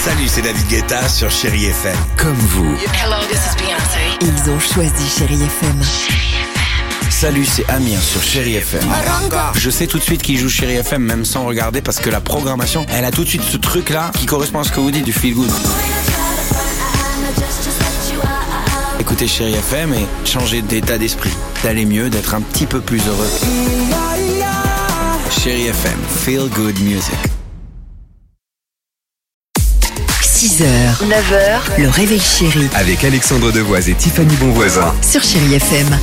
Salut, c'est David Guetta sur Chérie FM. Comme vous. Hello, this is Beyoncé. Ils ont choisi Chérie FM. Salut, c'est Amir sur Chérie FM. Je sais tout de suite qui joue Chérie FM, même sans regarder, parce que la programmation, elle a tout de suite ce truc-là qui correspond à ce que vous dites, du feel good. Écoutez Chérie FM et changez d'état d'esprit, d'aller mieux, d'être un petit peu plus heureux. Chérie FM, feel good music. 6h, 9h, le réveil chéri Avec Alexandre Devoise et Tiffany Bonvoisin. sur Chérie FM.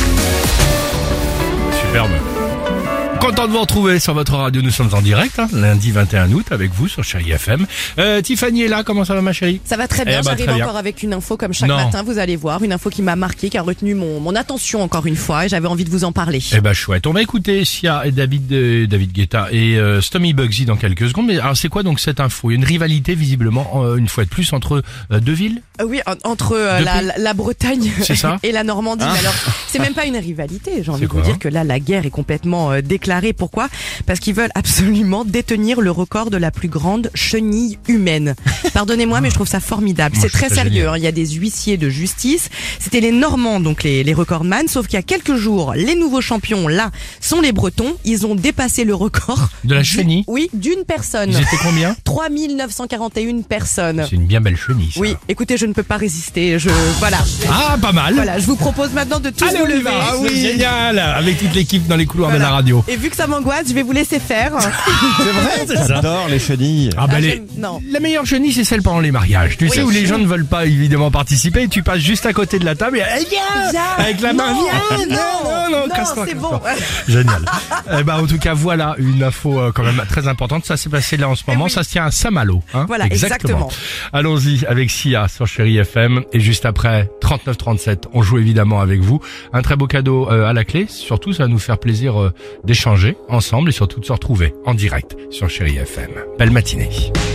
Superbe. Content de vous retrouver sur votre radio. Nous sommes en direct, lundi 21 août, avec vous sur Chérie FM. Tiffany est là, comment ça va ma chérie? Ça va très bien, j'arrive très bien. encore avec une info comme chaque Non. matin, vous allez voir, une info qui m'a marqué, qui a retenu mon attention encore une fois et j'avais envie de vous en parler. Eh ben chouette, on va écouter Sia et David Guetta et Stomy Bugsy dans quelques secondes. Mais alors c'est quoi donc cette info? Il y a une rivalité visiblement, une fois de plus, entre deux villes? Oui, entre la Bretagne C'est ça et la Normandie. Mais alors, c'est même pas une rivalité, j'ai envie de vous quoi, dire que là, la guerre est complètement déclarée. Pourquoi? Parce qu'ils veulent absolument détenir le record de la plus grande chenille humaine. Pardonnez-moi, mais je trouve ça formidable. Moi, C'est je trouve très ça sérieux, génial. hein. Il y a des huissiers de justice. C'était les Normands, donc les recordman, sauf qu'il y a quelques jours, les nouveaux champions, là, sont les Bretons. Ils ont dépassé le record. De la chenille? Oui, d'une personne. Ils étaient combien? 3941 personnes. C'est une bien belle chenille, ça. Oui, écoutez, je ne peux pas résister. Voilà. Ah, pas mal. Voilà, je vous propose maintenant de tous Allez, vous on y lever. va. Ah oui, génial. Avec toute l'équipe dans les couloirs de la Voilà. radio. Et vu que ça m'angoisse, je vais vous laisser faire. C'est vrai, C'est ça. j'adore les chenilles. Ah bah Ah, les... j'aime- non. La meilleure chenille, c'est celle pendant les mariages. Tu sais, où les oui. gens ne veulent pas évidemment participer et tu passes juste à côté de la table et viens Viens. avec la main, Non, viens. non, casse-toi, c'est casse-toi. bon. Génial. Eh ben, en tout cas, voilà une info quand même très importante. Ça s'est passé là en ce moment. oui. Ça se tient à Saint-Malo. Hein. Voilà, exactement. Allons-y avec Sia sur Chérie FM. Et juste après, 39-37, on joue évidemment avec vous. Un très beau cadeau à la clé. Surtout, ça va nous faire plaisir d'échanger ensemble et surtout de se retrouver en direct sur Chérie FM. Belle matinée.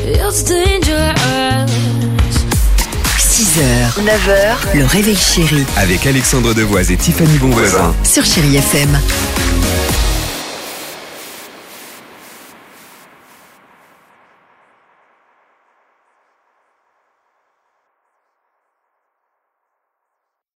6h, 9h, le réveil chéri Avec Alexandre Devoise et Tiffany Bonvoisin. sur Chérie FM.